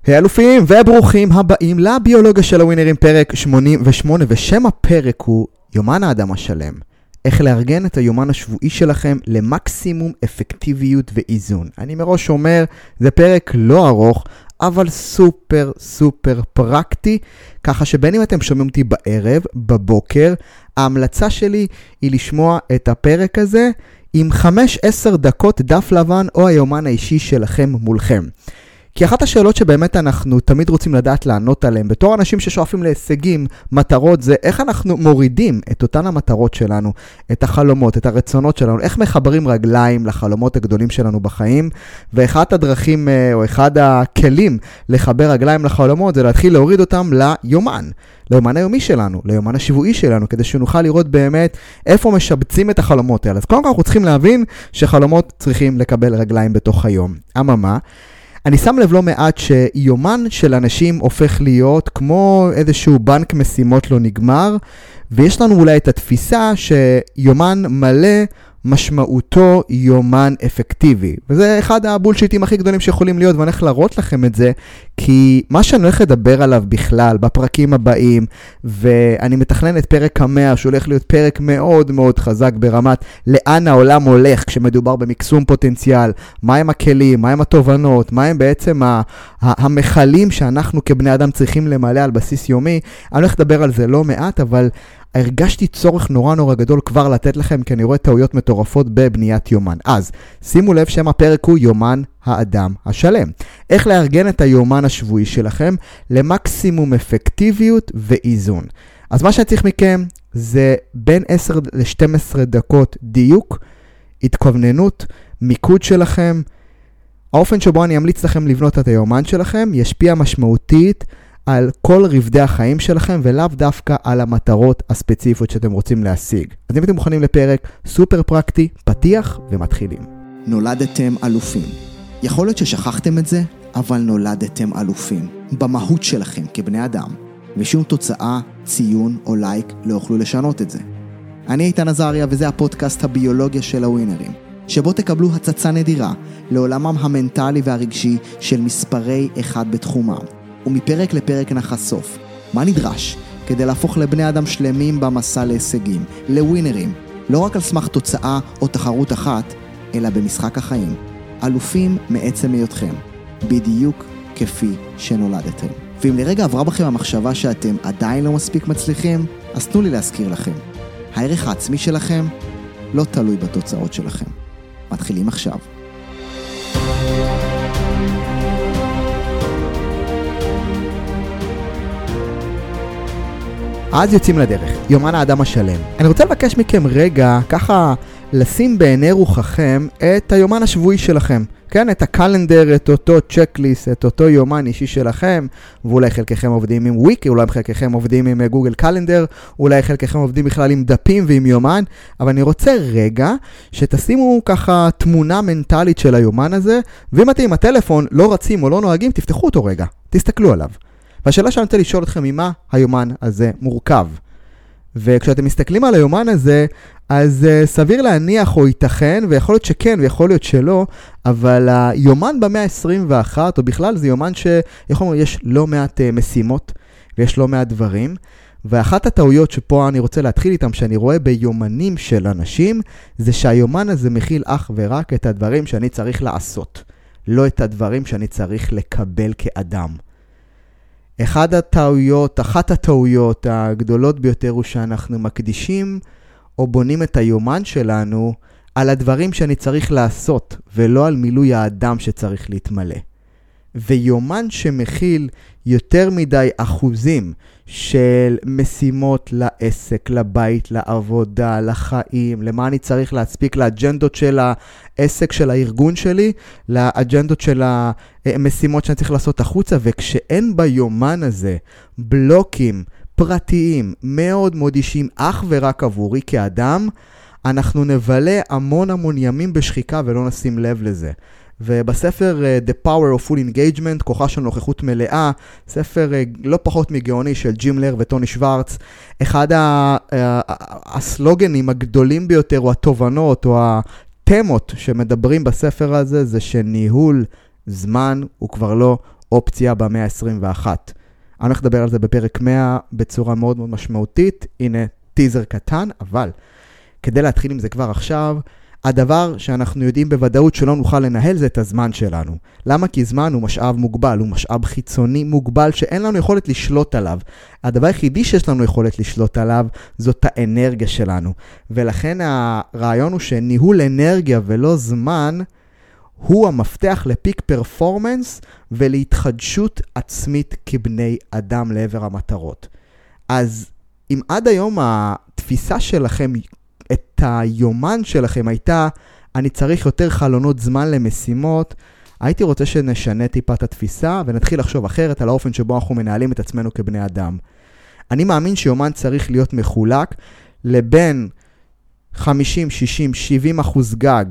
היי אלופים וברוכים הבאים לביולוגיה של הווינרים, פרק 88, ושם הפרק הוא יומן האדם השלם. איך לארגן את היומן השבועי שלכם למקסימום אפקטיביות ואיזון. אני מראש אומר, זה פרק לא ארוך, אבל סופר פרקטי, ככה שבין אם אתם שומעים אותי בערב, בבוקר, ההמלצה שלי היא לשמוע את הפרק הזה עם 5-10 דקות דף לבן או היומן האישי שלכם מולכם. כי אחת השאלות שבאמת אנחנו תמיד רוצים לדעת לענות עליהן, בתור אנשים ששואפים להישגים, מטרות, זה איך אנחנו מורידים את אותן המטרות שלנו, את החלומות, את הרצונות שלנו, איך מחברים רגליים לחלומות הגדולים שלנו בחיים, ואחת הדרכים או אחד הכלים לחבר רגליים לחלומות זה להתחיל להוריד אותם ליומן היומי שלנו, ליומן השבועי שלנו, כדי שנוכל לראות באמת איפה משבצים את החלומות האלה. אז קודם כל אנחנו צריכים להבין שחלומות צריכים לקבל רגליים בתוך היום. אממה, אני שם לב לא מעט שיומן של אנשים הופך להיות כמו איזשהו בנק משימות לא נגמר, ויש לנו אולי את התפיסה שיומן מלא משמעותו יומן אפקטיבי. וזה אחד הבולשיטים הכי גדולים שיכולים להיות, ואני הולך להראות לכם את זה, כי מה שאני הולך לדבר עליו בכלל בפרקים הבאים, ואני מתכנן את פרק 100, שהולך להיות פרק מאוד מאוד חזק ברמת לאן העולם הולך כשמדובר במקסום פוטנציאל, מהם הכלים, מהם התובנות, מהם בעצם המחלים שאנחנו כבני אדם צריכים למלא על בסיס יומי. אני הולך לדבר על זה לא מעט, אבל הרגשתי צורך נורא גדול כבר לתת לכם, כי אני רואה טעויות מטורפות בבניית יומן. אז שימו לב שם הפרק הוא יומן האדם השלם. איך לארגן את היומן השבועי שלכם למקסימום אפקטיביות ואיזון. אז מה שאני צריך מכם זה בין 10 ל-12 דקות דיוק, התכווננות, מיקוד שלכם. האופן שבו אני אמליץ לכם לבנות את היומן שלכם ישפיע משמעותית על כל רבדי החיים שלכם, ולאו דווקא על המטרות הספציפיות שאתם רוצים להשיג. אז אם אתם מוכנים לפרק סופר פרקטי, פתיח ומתחילים. נולדתם אלופים. יכול להיות ששכחתם את זה, אבל נולדתם אלופים. במהות שלכם כבני אדם. ושום תוצאה, ציון או לייק לא יוכלו לשנות את זה. אני איתן עזריה, וזה הפודקאסט הביולוגיה של הווינרים, שבו תקבלו הצצה נדירה לעולמם המנטלי והרגשי של מספרי אחד בתחומם. ומפרק לפרק נחשוף מה נדרש כדי להפוך לבני אדם שלמים במסע להישגים, לווינרים, לא רק על סמך תוצאה או תחרות אחת, אלא במשחק החיים. אלופים מעצם היותכם, בדיוק כפי שנולדתם. ואם לרגע עברה בכם המחשבה שאתם עדיין לא מספיק מצליחים, אז תנו לי להזכיר לכם. הערך העצמי שלכם לא תלוי בתוצאות שלכם. מתחילים עכשיו. אז יוצאים לדרך, יומן האדם השלם. אני רוצה לבקש מכם רגע, ככה לשים בעיני רוחכם את היומן השבועי שלכם. כן, את הקלנדר, את אותו צ'קליסט, את אותו יומן אישי שלכם, ואולי חלקכם עובדים עם וויקי, אולי חלקכם עובדים עם גוגל קלנדר, אולי חלקכם עובדים בכלל עם דפים ועם יומן, אבל אני רוצה רגע שתשימו ככה תמונה מנטלית של היומן הזה, ואם אתם עם הטלפון לא רצים או לא נוהגים, תפתחו אותו רגע, תסתכלו עליו. והשאלה שאני רוצה לשאול אתכם ממה היומן הזה מורכב. וכשאתם מסתכלים על היומן הזה, אז סביר להניח או ייתכן, ויכול להיות שכן ויכול להיות שלא, אבל היומן במאה ה-21, או בכלל זה יומן שיכול להיות, יש לא מעט משימות, ויש לא מעט דברים, ואחת הטעויות שפה אני רוצה להתחיל איתם, שאני רואה ביומנים של אנשים, זה שהיומן הזה מכיל אך ורק את הדברים שאני צריך לעשות, לא את הדברים שאני צריך לקבל כאדם. אחת הטעויות הגדולות ביותר הוא שאנחנו מקדישים או בונים את היומן שלנו על הדברים שאני צריך לעשות, ולא על מילוי האדם שצריך להתמלא. ויומן שמכיל יותר מדי אחוזים של משימות לעסק, לבית, לעבודה, לחיים, למה אני צריך להספיק, לאג'נדות של העסק של הארגון שלי, לאג'נדות של המשימות שאני צריך לעשות החוצה, וכשאין ביומן הזה בלוקים פרטיים מאוד מאוד אישיים אך ורק עבורי כאדם, אנחנו נבלה המון ימים בשחיקה ולא נשים לב לזה. ובספר The Power of Full Engagement, כוחה של נוכחות מלאה, ספר לא פחות מגאוני של ג'ים לר וטוני שוורץ, אחד הסלוגנים הגדולים ביותר, או התובנות, או התמות שמדברים בספר הזה, זה שניהול זמן הוא כבר לא אופציה במאה ה-21. אני הולך לדבר על זה בפרק 100 בצורה מאוד מאוד משמעותית. הנה טיזר קטן, אבל כדי להתחיל עם זה כבר עכשיו, הדבר שאנחנו יודעים בוודאות שלא נוכל לנהל זה את הזמן שלנו. למה? כי זמן הוא משאב מוגבל, הוא משאב חיצוני מוגבל שאין לנו יכולת לשלוט עליו. הדבר היחידי שיש לנו יכולת לשלוט עליו זאת האנרגיה שלנו. ולכן הרעיון הוא שניהול אנרגיה ולא זמן הוא המפתח לפיק פרפורמנס ולהתחדשות עצמית כבני אדם לעבר המטרות. אז אם עד היום התפיסה שלכם, את היומן שלכם הייתה, אני צריך יותר חלונות זמן למשימות, הייתי רוצה שנשנה טיפה את התפיסה ונתחיל לחשוב אחרת על האופן שבו אנחנו מנהלים את עצמנו כבני אדם. אני מאמין שיומן צריך להיות מחולק לבין 50, 60, 70% גג,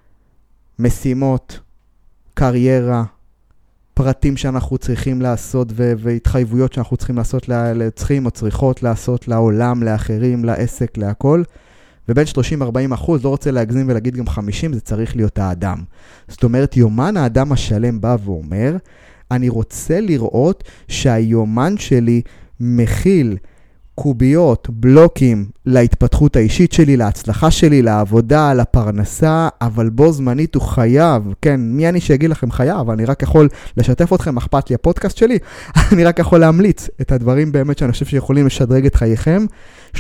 משימות, קריירה, פרטים שאנחנו צריכים לעשות והתחייבויות שאנחנו צריכים לעשות, צריכים או צריכות לעשות לעולם, לאחרים, לעסק, להכל. ובין 30-40%, לא רוצה להגזים ולהגיד גם 50, זה צריך להיות האדם. זאת אומרת, יומן האדם השלם בא ואומר, אני רוצה לראות שהיומן שלי מכיל קוביות, בלוקים להתפתחות האישית שלי, להצלחה שלי, לעבודה, לפרנסה, אבל בו זמנית הוא חייב, כן, מי אני שיגיד לכם חייב, אני רק יכול לשתף אתכם, אכפת לי הפודקאסט שלי, אני רק יכול להמליץ את הדברים באמת שאני חושב שיכולים לשדרג את חייכם, 30-40%,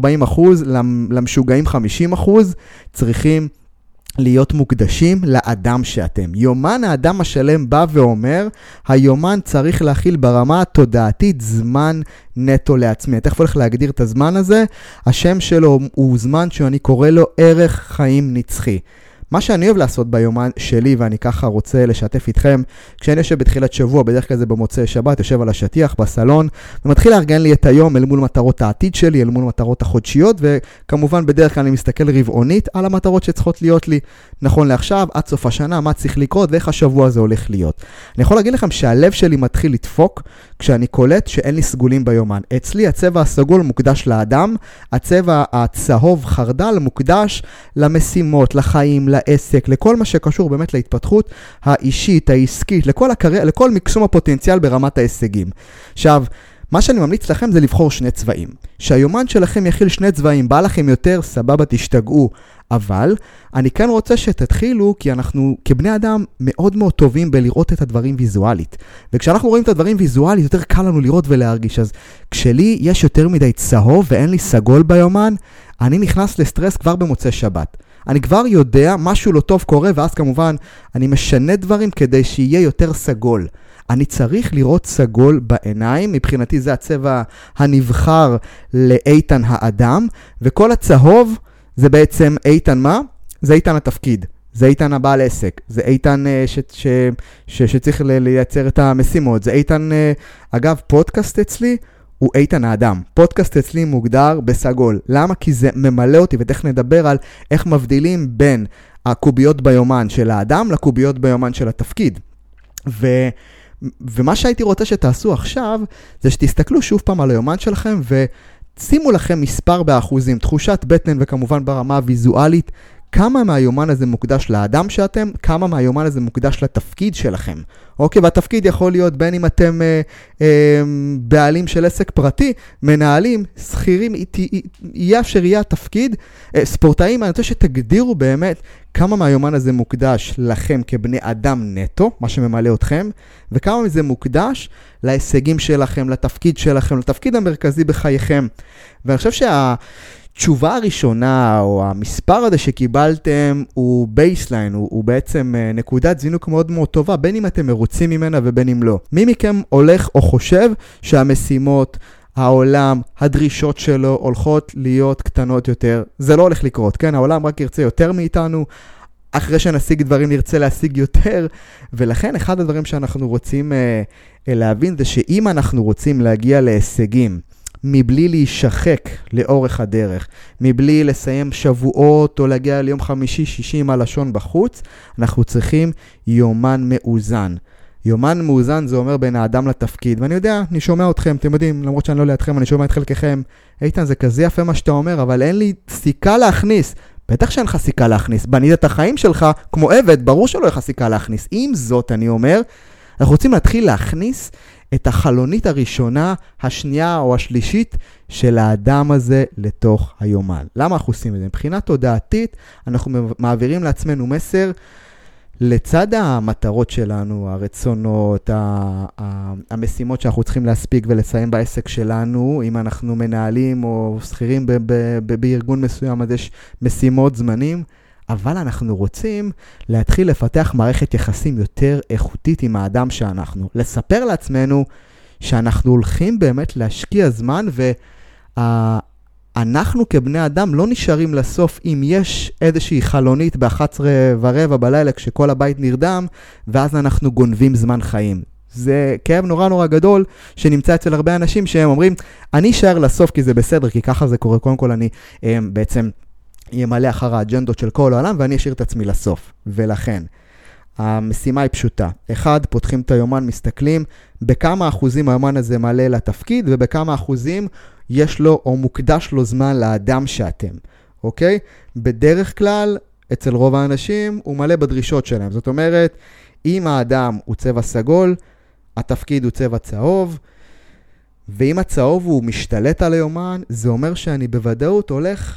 למשוגעים 50%, צריכים להיות מוקדשים לאדם שאתם. יומן האדם השלם בא ואומר, היומן צריך להכיל ברמה התודעתית זמן נטו לעצמי. תכף הולך להגדיר את הזמן הזה, השם שלו הוא זמן שאני קורא לו ערך חיים נצחי. מה שאני אוהב לעשות ביומן שלי, ואני ככה רוצה לשתף איתכם, כשאני יושב בתחילת שבוע, בדרך כלל זה במוצאי שבת, יושב על השטיח בסלון, ומתחיל לארגן לי את היום אל מול מטרות העתיד שלי, אל מול מטרות החודשיות, וכמובן בדרך כלל אני מסתכל רבעונית על המטרות שצריכות להיות לי, נכון לעכשיו, עד סוף השנה, מה צריך לקרות, ואיך השבוע הזה הולך להיות. אני יכול להגיד לכם שהלב שלי מתחיל לדפוק, כשאני קולט שאין לי סגולים ביומן. אצלי הצבע הסגול מוקדש לאדם, הצבע הצהוב חרדל מוקדש למשימות, לחיים, לעסק, לכל מה שקשור באמת להתפתחות האישית, העסקית, לכל מקסום הפוטנציאל ברמת ההישגים. עכשיו, מה שאני ממליץ לכם זה לבחור שני צבעים. שהיומן שלכם יכיל שני צבעים, בא לכם יותר, סבבה, תשתגעו. אבל אני כן רוצה שתתחילו, כי אנחנו כבני אדם מאוד מאוד טובים בלראות את הדברים ויזואלית. וכשאנחנו רואים את הדברים ויזואלית, יותר קל לנו לראות ולהרגיש. אז כשלי יש יותר מדי צהוב ואין לי סגול ביומן, אני נכנס לסטרס כבר במוצאי שבת. אני כבר יודע, משהו לא טוב קורה, ואז כמובן אני משנה דברים כדי שיהיה יותר סגול. אני צריך לראות סגול בעיניים, מבחינתי זה הצבע הנבחר לאיתן האדם, וכל הצהוב זה בעצם איתן מה? זה איתן התפקיד, זה איתן הבעל עסק, זה איתן שצריך לייצר את המשימות, זה איתן, אגב, פודקאסט אצלי, הוא איתן האדם. פודקאסט אצלי מוגדר בסגול. למה? כי זה ממלא אותי, ותכף נדבר על איך מבדילים בין הקוביות ביומן של האדם לקוביות ביומן של התפקיד. ומה שהייתי רוצה שתעשו עכשיו, זה שתסתכלו שוב פעם על היומן שלכם, ושימו לכם מספר באחוזים, תחושת בטן וכמובן ברמה הוויזואלית, כמה מהיומן הזה מוקדש לאדם שאתם, כמה מהיומן הזה מוקדש לתפקיד שלכם. אוקיי, והתפקיד יכול להיות בין אם אתם בעלים של עסק פרטי, מנהלים, שכירים, יהיה אפשר יהיה התפקיד, ספורטאים, אני רוצה שתגדירו באמת כמה מהיומן הזה מוקדש לכם כבני אדם נטו, מה שממלא אתכם, וכמה מזה מוקדש להישגים שלכם, לתפקיד שלכם, לתפקיד המרכזי בחייכם. ואני חושב התשובה הראשונה, או המספר הזה שקיבלתם, הוא בייסליין, הוא בעצם נקודת זינוק מאוד מאוד טובה, בין אם אתם מרוצים ממנה ובין אם לא. מי מכם הולך או חושב שהמשימות, העולם, הדרישות שלו הולכות להיות קטנות יותר? זה לא הולך לקרות, כן? העולם רק ירצה יותר מאיתנו, אחרי שנשיג דברים נרצה להשיג יותר, ולכן אחד הדברים שאנחנו רוצים להבין זה שאם אנחנו רוצים להגיע להישגים, מבלי להישחק לאורך הדרך, מבלי לסיים שבועות או להגיע ליום חמישי-שישי עם הלשון בחוץ, אנחנו צריכים יומן מאוזן. יומן מאוזן זה אומר בין האדם לתפקיד, ואני יודע, אני שומע אתכם, אתם יודעים, למרות שאני לא לידכם, אני שומע את חלקכם, איתן, זה כזה יפה מה שאתה אומר, אבל אין לי סיכה להכניס. בטח שאין לך סיכה להכניס. בנית את החיים שלך כמו עבד, ברור שלא לך סיכה להכניס. עם זאת, אני אומר, אנחנו רוצים להתחיל להכניס את החלונית הראשונה, השנייה או השלישית של האדם הזה לתוך היומן. למה אנחנו עושים את זה? מבחינה תודעתית, אנחנו מעבירים לעצמנו מסר לצד המטרות שלנו, הרצונות, המשימות שאנחנו צריכים להספיק ולסיים בעסק שלנו, אם אנחנו מנהלים או שכירים בארגון מסוים, אז יש משימות, זמנים, אבל אנחנו רוצים להתחיל לפתח מערכת יחסים יותר איכותית עם האדם שאנחנו. לספר לעצמנו שאנחנו הולכים באמת להשקיע זמן, ואנחנו כבני אדם לא נשארים לסוף אם יש איזושהי חלונית ב-11:15 בלילה כשכל הבית נרדם, ואז אנחנו גונבים זמן חיים. זה כאב נורא נורא גדול שנמצא אצל הרבה אנשים שהם אומרים, אני אשאר לסוף כי זה בסדר, כי ככה זה קורה. קודם כל אני בעצם ימלא אחר האג'נדות של כל העולם, ואני אשאיר את עצמי לסוף. ולכן, המשימה היא פשוטה. 1, פותחים את היומן, מסתכלים בכמה אחוזים היומן הזה מלא לתפקיד, ובכמה אחוזים יש לו או מוקדש לו זמן לאדם שאתם. אוקיי? בדרך כלל, אצל רוב האנשים, הוא מלא בדרישות שלהם. זאת אומרת, אם האדם הוא צבע סגול, התפקיד הוא צבע צהוב, ואם הצהוב הוא משתלט על היומן, זה אומר שאני בוודאות הולך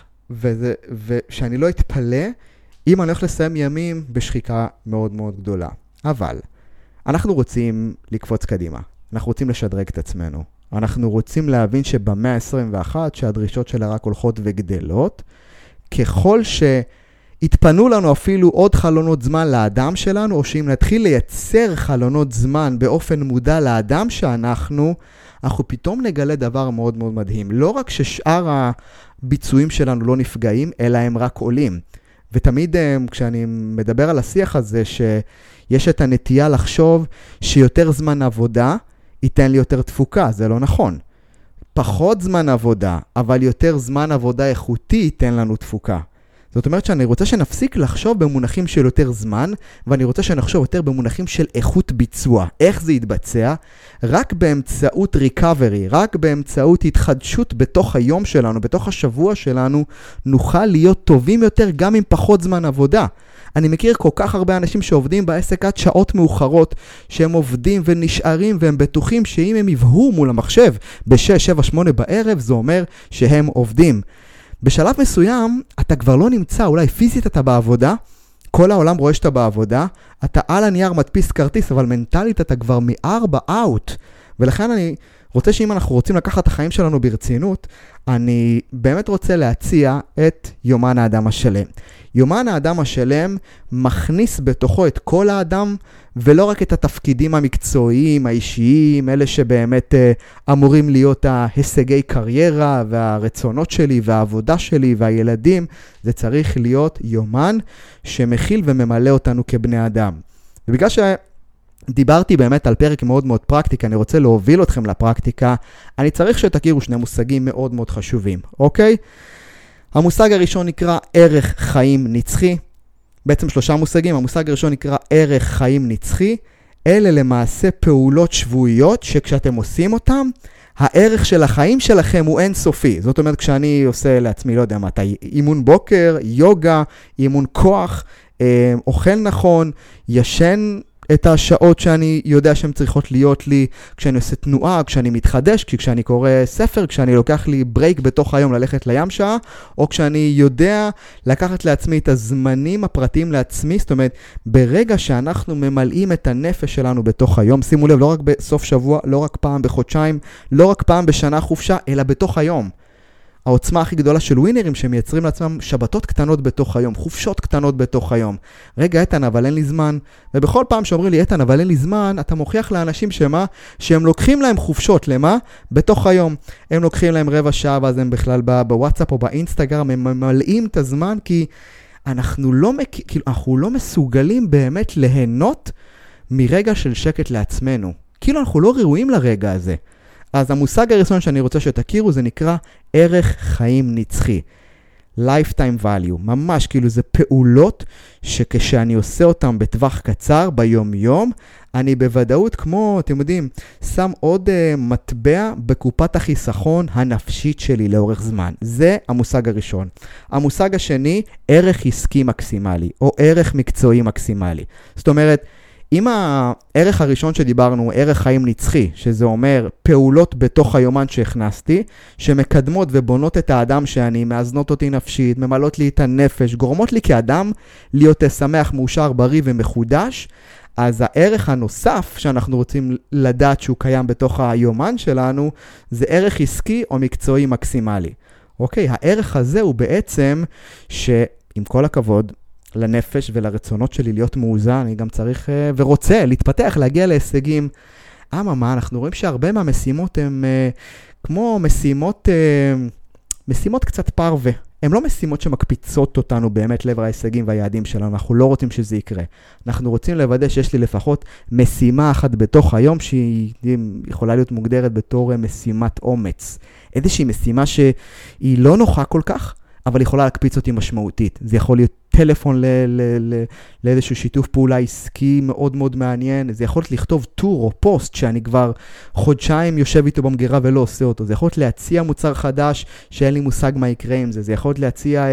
ושאני לא אתפלא אם אני הולך לסיים ימים בשחיקה מאוד מאוד גדולה. אבל אנחנו רוצים לקפוץ קדימה. אנחנו רוצים לשדרג את עצמנו. אנחנו רוצים להבין שבמאה ה-21 שהדרישות שלה רק הולכות וגדלות, ככל שהתפנו לנו אפילו עוד חלונות זמן לאדם שלנו, או שאם נתחיל לייצר חלונות זמן באופן מודע לאדם שאנחנו פתאום נגלה דבר מאוד מאוד מדהים. לא רק ששאר הביצועים שלנו לא נפגעים, אלא הם רק עולים. ותמיד כשאני מדבר על השיח הזה, שיש את הנטייה לחשוב שיותר זמן עבודה ייתן לי יותר תפוקה. זה לא נכון. פחות זמן עבודה, אבל יותר זמן עבודה איכותי ייתן לנו תפוקה. זאת אומרת שאני רוצה שנפסיק לחשוב במונחים של יותר זמן, ואני רוצה שנחשוב יותר במונחים של איכות ביצוע. איך זה יתבצע? רק באמצעות recovery, רק באמצעות התחדשות בתוך היום שלנו, בתוך השבוע שלנו, נוכל להיות טובים יותר גם עם פחות זמן עבודה. אני מכיר כל כך הרבה אנשים שעובדים בעסק עד שעות מאוחרות, שהם עובדים ונשארים והם בטוחים שאם הם יבהו מול המחשב ב-6, 7, 8 בערב, זה אומר שהם עובדים. בשלב מסוים, אתה כבר לא נמצא, אולי פיזית אתה בעבודה, כל העולם רואה שאתה בעבודה, אתה על הנייר מדפיס כרטיס, אבל מנטלית אתה כבר מ-4 out. ולכן אני רוצה שאם אנחנו רוצים לקחת את החיים שלנו ברצינות, אני באמת רוצה להציע את יומן האדם השלם. יומן האדם השלם מכניס בתוכו את כל האדם, ולא רק את התפקידים המקצועיים, האישיים, אלה שבאמת אמורים להיות ההישגי קריירה, והרצונות שלי, והעבודה שלי, והילדים. זה צריך להיות יומן שמכיל וממלא אותנו כבני אדם. ובגלל דיברתי באמת על פרק מאוד מאוד פרקטיקה, אני רוצה להוביל אתכם לפרקטיקה, אני צריך שתכירו שני מושגים מאוד מאוד חשובים, אוקיי? המושג הראשון נקרא ערך חיים נצחי, בעצם 3 מושגים, המושג הראשון נקרא ערך חיים נצחי, אלה למעשה פעולות שבועיות שכשאתם עושים אותם, הערך של החיים שלכם הוא אינסופי. זאת אומרת, כשאני עושה לעצמי, לא יודע מה, אימון בוקר, יוגה, אימון כוח, אוכל נכון, ישן את השעות שאני יודע שהן צריכות להיות לי, כשאני עושה תנועה, כשאני מתחדש, כשאני קורא ספר, כשאני לוקח לי ברייק בתוך היום ללכת לים שעה, או כשאני יודע לקחת לעצמי את הזמנים הפרטיים לעצמי. זאת אומרת, ברגע שאנחנו ממלאים את הנפש שלנו בתוך היום, שימו לב, לא רק בסוף שבוע, לא רק פעם בחודשיים, לא רק פעם בשנה חופשה, אלא בתוך היום. העוצמה הכי גדולה של ווינרים שמייצרים לעצמם שבתות קטנות בתוך היום, חופשות קטנות בתוך היום. רגע, איתן, אבל אין לי זמן. ובכל פעם שאומרים לי, איתן, אבל אין לי זמן, אתה מוכיח לאנשים שהם לוקחים להם חופשות, למה? בתוך היום. הם לוקחים להם רבע שעה, ואז הם בכלל בוואטסאפ או באינסטגרם, הם ממלאים את הזמן, כי אנחנו לא מסוגלים באמת ליהנות מרגע של שקט לעצמנו. כאילו אנחנו לא ראויים לרגע הזה. אז המושג הראשון שאני רוצה שתכירו זה נקרא ערך חיים נצחי. lifetime value. ממש כאילו זה פעולות שכשאני עושה אותם בטווח קצר, ביום יום, אני בוודאות כמו, אתם יודעים, שם עוד מטבע בקופת החיסכון הנפשית שלי לאורך זמן. זה המושג הראשון. המושג השני, ערך עסקי מקסימלי, או ערך מקצועי מקסימלי. זאת אומרת, אם הערך הראשון שדיברנו הוא ערך חיים נצחי, שזה אומר פעולות בתוך היומן שהכנסתי, שמקדמות ובונות את האדם שאני, מאזנות אותי נפשית, ממלאות לי את הנפש, גורמות לי כאדם להיות שמח, מאושר, בריא ומחודש, אז הערך הנוסף שאנחנו רוצים לדעת שהוא קיים בתוך היומן שלנו, זה ערך עסקי או מקצועי מקסימלי. אוקיי, הערך הזה הוא בעצם שעם כל הכבוד, לנפש ולרצונות שלי להיות מאוזן, אני גם צריך ורוצה להתפתח, להגיע להישגים. מה, אנחנו רואים שהרבה מהמשימות הן כמו משימות קצת פרווה. הן לא משימות שמקפיצות אותנו באמת לעבר ההישגים והיעדים שלנו, אנחנו לא רוצים שזה יקרה. אנחנו רוצים לוודא שיש לי לפחות משימה אחת בתוך היום, שהיא יכולה להיות מוגדרת בתור משימת אומץ. איזושהי משימה שהיא לא נוחה כל כך, אבל יכולה להקפיץ אותי משמעותית. זה יכול להיות טלפון לאיזשהו שיתוף פעולה עסקי מאוד מאוד מעניין. זה יכול להיות לכתוב טור או פוסט שאני כבר חודשיים יושב איתו במגירה ולא עושה אותו. זה יכול להיות להציע מוצר חדש שאין לי מושג מה יקרה עם זה. זה יכול להיות להציע,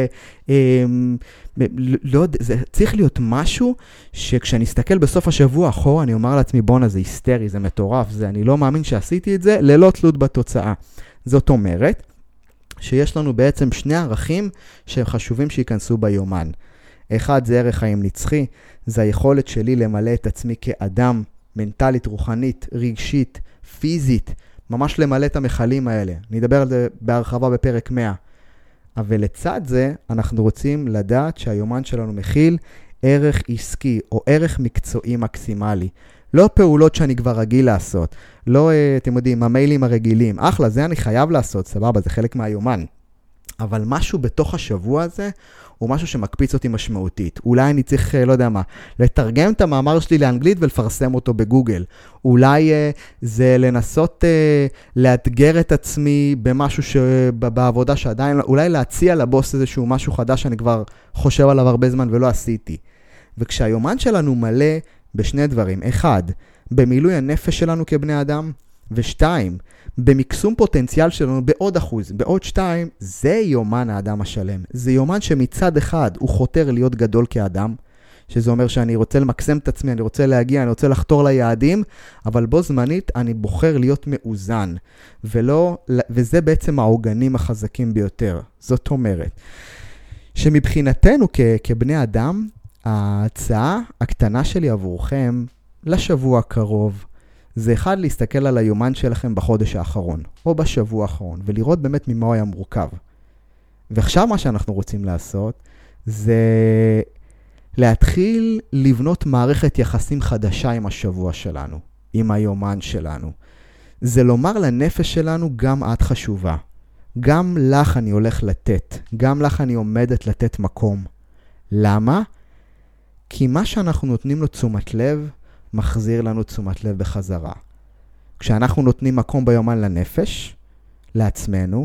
זה צריך להיות משהו שכשאני אסתכל בסוף השבוע אחורה, אני אומר לעצמי, בונה, זה היסטרי, זה מטורף, אני לא מאמין שעשיתי את זה, ללא תלות בתוצאה. זאת אומרת, שיש לנו בעצם שני ערכים שהם חשובים שיכנסו ביומן. אחד זה ערך חיים נצחי, זה היכולת שלי למלא את עצמי כאדם, מנטלית, רוחנית, רגשית, פיזית, ממש למלא את המחלים האלה. אני אדבר על זה בהרחבה בפרק 100. אבל לצד זה, אנחנו רוצים לדעת שהיומן שלנו מכיל ערך עסקי או ערך מקצועי מקסימלי. לא פעולות שאני כבר רגיל לעשות. לא, אתם יודעים, המיילים הרגילים. אחלה, זה אני חייב לעשות, סבבה, זה חלק מהיומן. אבל משהו בתוך השבוע הזה, הוא משהו שמקפיץ אותי משמעותית. אולי אני צריך, לא יודע מה, לתרגם את המאמר שלי לאנגלית ולפרסם אותו בגוגל. אולי זה לנסות לאתגר את עצמי במשהו בעבודה שעדיין, אולי להציע לבוס איזשהו משהו חדש שאני כבר חושב עליו הרבה זמן ולא עשיתי. וכשהיומן שלנו מלא בשני דברים. אחד, במילוי הנפש שלנו כבני אדם, ושתיים, במקסום פוטנציאל שלנו בעוד אחוז. בעוד 2, זה יומן האדם השלם. זה יומן שמצד אחד הוא חותר להיות גדול כאדם, שזה אומר שאני רוצה למקסם את עצמי, אני רוצה להגיע, אני רוצה לחתור ליעדים, אבל בו זמנית אני בוחר להיות מאוזן, וזה בעצם העוגנים החזקים ביותר. זאת אומרת, שמבחינתנו כבני אדם, ההצעה הקטנה שלי עבורכם לשבוע הקרוב, זה אחד להסתכל על היומן שלכם בחודש האחרון, או בשבוע האחרון, ולראות באמת ממה הוא היה מורכב. ועכשיו מה שאנחנו רוצים לעשות, זה להתחיל לבנות מערכת יחסים חדשה עם השבוע שלנו, עם היומן שלנו. זה לומר לנפש שלנו, גם את חשובה. גם לך אני הולך לתת, גם לך אני עומדת לתת מקום. למה? כי מה שאנחנו נותנים לו תשומת לב, מחזיר לנו תשומת לב בחזרה. כשאנחנו נותנים מקום ביומן לנפש, לעצמנו,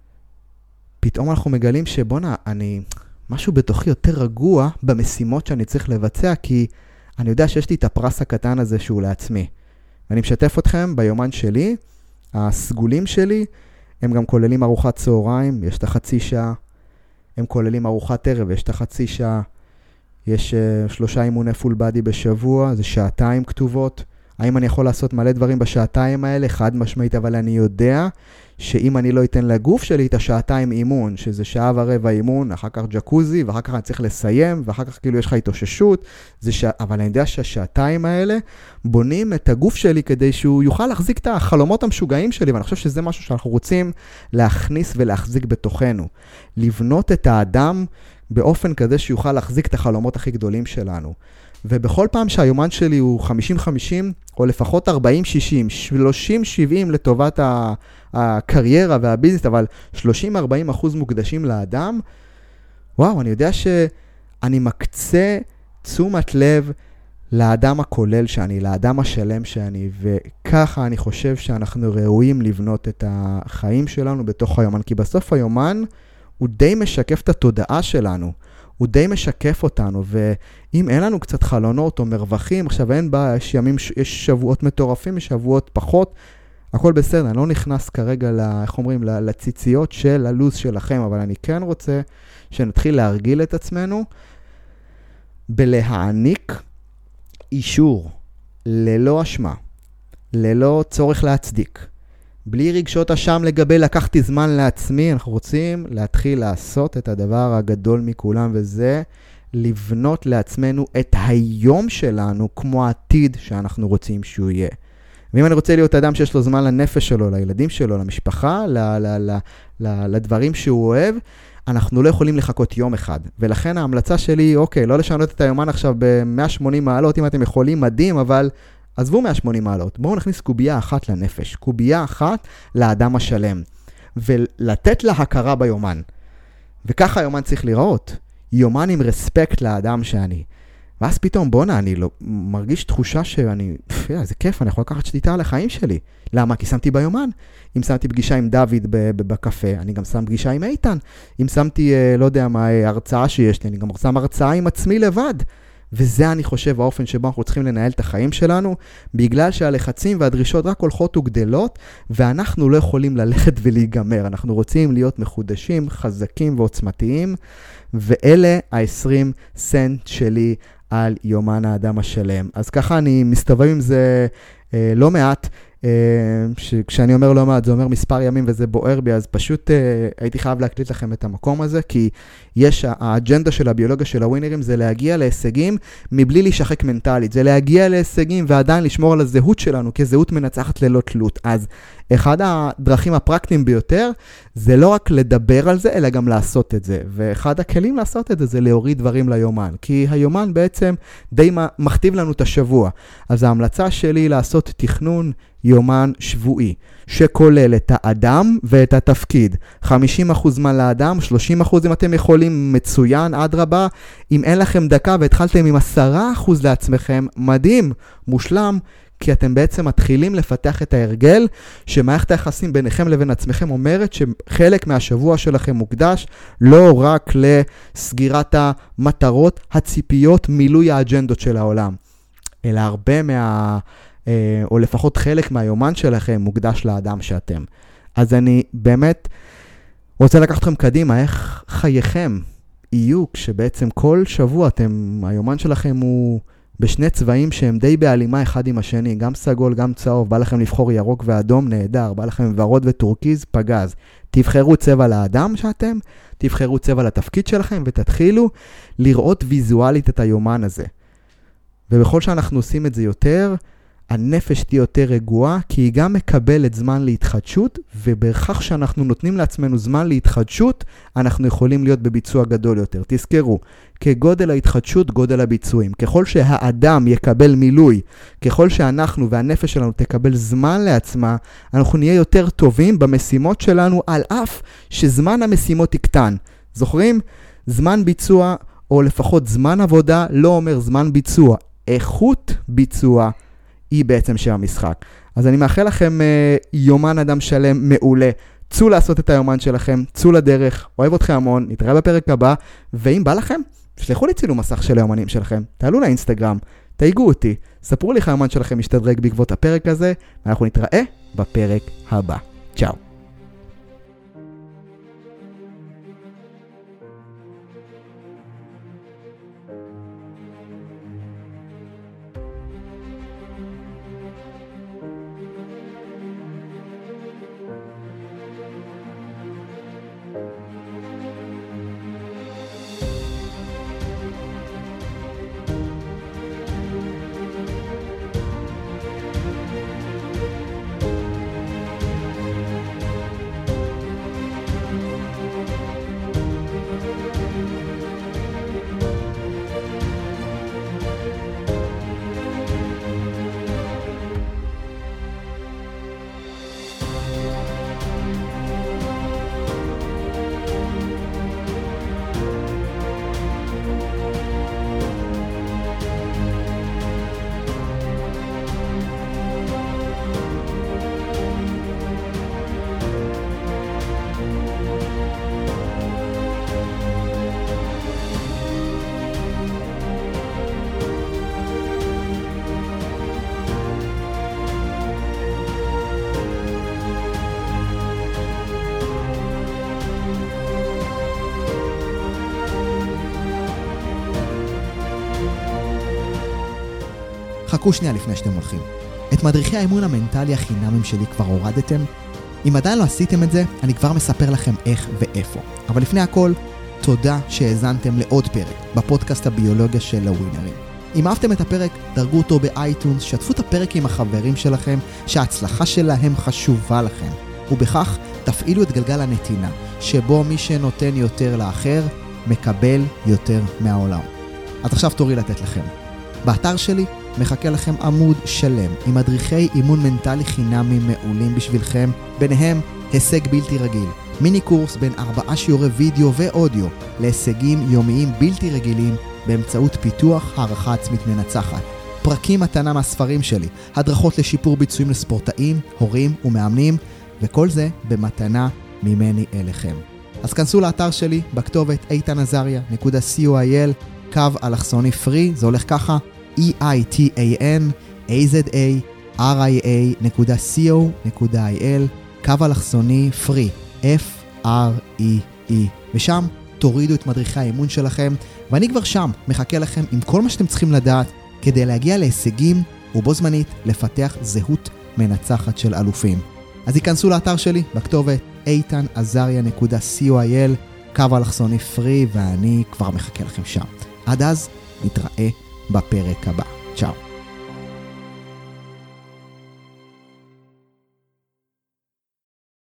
פתאום אנחנו מגלים שבונה, משהו בתוכי יותר רגוע במשימות שאני צריך לבצע, כי אני יודע שיש לי את הפרס הקטן הזה שהוא לעצמי. ואני משתף אתכם ביומן שלי, הסגולים שלי, הם גם כוללים ארוחת צהריים, יש את החצי שעה, הם כוללים ארוחת ערב, יש את החצי שעה, יש 3 אימוני פול בדי בשבוע, זה 2 כתובות. האם אני יכול לעשות מלא דברים ב2 האלה? חד משמעית, אבל אני יודע שאם אני לא אתן לגוף שלי את 2 אימון, שזה 1.25 שעה אימון, אחר כך ג'קוזי, ואחר כך אני צריך לסיים, ואחר כך כאילו יש לך התאוששות, אבל אני יודע שה2 האלה בונים את הגוף שלי כדי שהוא יוכל להחזיק את החלומות המשוגעים שלי, ואני חושב שזה משהו שאנחנו רוצים להכניס ולהחזיק בתוכנו. לבנות את האדם באופן כזה שיוכל להחזיק את החלומות הכי גדולים שלנו. ובכל פעם שהיומן שלי הוא 50-50, או לפחות 40-60, 30-70 לטובת הקריירה והביזנס, אבל 30-40% מוקדשים לאדם, וואו, אני יודע שאני מקצה תשומת לב לאדם הכולל שאני, לאדם השלם שאני, וככה אני חושב שאנחנו ראויים לבנות את החיים שלנו בתוך היומן, כי בסוף היומן הוא די משקף את התודעה שלנו, הוא די משקף אותנו, ואם אין לנו קצת חלונות או מרווחים, עכשיו אין בה, יש שבועות מטורפים, יש שבועות פחות, הכל בסדר, אני לא נכנס כרגע, איך אומרים, לציציות של הלוז שלכם, אבל אני כן רוצה שנתחיל להרגיל את עצמנו, בלהעניק אישור ללא אשמה, ללא צורך להצדיק, בלי רגשות אשם לגבי לקחתי זמן לעצמי. אנחנו רוצים להתחיל לעשות את הדבר הגדול מכולם, וזה לבנות לעצמנו את היום שלנו כמו העתיד שאנחנו רוצים שהוא יהיה. ואם אני רוצה להיות אדם שיש לו זמן לנפש שלו, לילדים שלו, למשפחה, לדברים שהוא אוהב, אנחנו לא יכולים לחכות יום אחד. ולכן ההמלצה שלי, אוקיי, לא לשנות את היומן עכשיו ב-180 מעלות, אם אתם יכולים, מדהים, אבל עזבו 180 מעלות. בואו נכניס קובייה אחת לנפש, קובייה אחת לאדם השלם, ולתת לה הכרה ביומן. וככה היומן צריך לראות. יומן עם רספקט לאדם שאני. ואז פתאום, בונה, אני לא, מרגיש תחושה שאני, זה כיף, אני יכול לקחת שליטה על החיים שלי. למה? כי שמתי ביומן. אם שמתי פגישה עם דוד בקפה, אני גם שם פגישה עם איתן. אם שמתי, לא יודע מה, הרצאה שיש לי, אני גם שם הרצאה עם עצמי לבד. וזה אני חושב האופן שבו אנחנו צריכים לנהל את החיים שלנו, בגלל שהלחצים והדרישות רק הולכות וגדלות, ואנחנו לא יכולים ללכת ולהיגמר. אנחנו רוצים להיות מחודשים, חזקים ועוצמתיים, ואלה ה-20 סנט שלי על יומן האדם השלם. אז ככה אני מסתובב עם זה לא מעט, כשאני אומר לא מעט, זה אומר מספר ימים וזה בוער בי, אז פשוט הייתי חייב להקליט לכם את המקום הזה, כי יש, האג'נדה של הביולוגיה של הווינרים זה להגיע להישגים מבלי להישחק מנטלית, זה להגיע להישגים ועדיין לשמור על הזהות שלנו כזהות מנצחת ללא תלות. אז אחד הדרכים הפרקטיים ביותר זה לא רק לדבר על זה, אלא גם לעשות את זה. ואחד הכלים לעשות את זה זה להוריד דברים ליומן, כי היומן בעצם די מכתיב לנו את השבוע. אז ההמלצה שלי לעשות תכנון יומן שבועי, שכולל את האדם ואת התפקיד. 50% זמן לאדם, 30% אם אתם יכולים, מצוין, עד רבה. אם אין לכם דקה והתחלתם עם 10% לעצמכם, מדהים, מושלם, כי אתם בעצם מתחילים לפתח את ההרגל, שמערכת היחסים ביניכם לבין עצמכם אומרת שחלק מהשבוע שלכם מוקדש לא רק לסגירת המטרות, הציפיות, מילוי האג'נדות של העולם, אלא הרבה או לפחות חלק מהיומן שלכם מוקדש לאדם שאתם. אז אני באמת רוצה לקחת אתכם קדימה, איך חייכם יהיו כשבעצם כל שבוע היומן שלכם הוא בשני צבעים שהם די בהלימה אחד עם השני, גם סגול, גם צהוב, בא לכם לבחור ירוק ואדום, נהדר, בא לכם ורוד וטורקיז, פגז. תבחרו צבע לאדם שאתם, תבחרו צבע לתפקיד שלכם, ותתחילו לראות ויזואלית את היומן הזה. ובכל שאנחנו עושים את זה יותר, הנפש תהיה יותר רגועה, כי היא גם מקבלת זמן להתחדשות, ובכך שאנחנו נותנים לעצמנו זמן להתחדשות, אנחנו יכולים להיות בביצוע גדול יותר. תזכרו, כגודל ההתחדשות, גודל הביצועים. ככל שהאדם יקבל מילוי, ככל שאנחנו והנפש שלנו תקבל זמן לעצמה, אנחנו נהיה יותר טובים במשימות שלנו, על אף שזמן המשימות יקטן. זוכרים? זמן ביצוע, או לפחות זמן עבודה, לא אומר זמן ביצוע. איכות ביצוע היא בעצם שם המשחק. אז אני מאחל לכם יומן אדם שלם מעולה. צאו לעשות את היומן שלכם, צאו לדרך, אוהב אתכם המון, נתראה בפרק הבא, ואם בא לכם, שלחו לי צילום מסך של היומנים שלכם, תעלו לאינסטגרם, תייגו אותי, ספרו לי איך היומן שלכם משתדרג בעקבות הפרק הזה, ואנחנו נתראה בפרק הבא. צ'או. חכו שנייה לפני שאתם הולכים. את מדריכי האימון המנטלי החינמים שלי כבר הורדתם? אם עדיין לא עשיתם את זה, אני כבר מספר לכם איך ואיפה. אבל לפני הכל, תודה שהאזנתם לעוד פרק בפודקאסט הביולוגיה של הווינרים. אם אהבתם את הפרק, דרגו אותו באייטונס, שתפו את הפרק עם החברים שלכם, שההצלחה שלהם חשובה לכם. ובכך תפעילו את גלגל הנתינה, שבו מי שנותן יותר לאחר, מקבל יותר מהעולם. אז עכשיו תורי לתת לכם. באתר שלי מחכה לכם עמוד שלם עם מדריכי אימון מנטלי חינמים מעולים בשבילכם, ביניהם הישג בלתי רגיל, מיני קורס בין 4 שיעורי וידאו ואודיו להישגים יומיים בלתי רגילים באמצעות פיתוח הערכה עצמית מנצחת, פרקים מתנה מהספרים שלי, הדרכות לשיפור ביצועים לספורטאים, הורים ומאמנים, וכל זה במתנה ממני אליכם. אז כנסו לאתר שלי בכתובת eitanazarya.coil/free, זה הולך ככה, eitanazarya.co.il/free, F-R-E-E, ושם תורידו את מדריכי האימון שלכם, ואני כבר שם מחכה לכם עם כל מה שאתם צריכים לדעת כדי להגיע להישגים ובו זמנית לפתח זהות מנצחת של אלופים. אז היכנסו לאתר שלי בכתובת eitanazarya.coil/free, ואני כבר מחכה לכם שם. עד אז נתראה בפרק הבא. צ'או.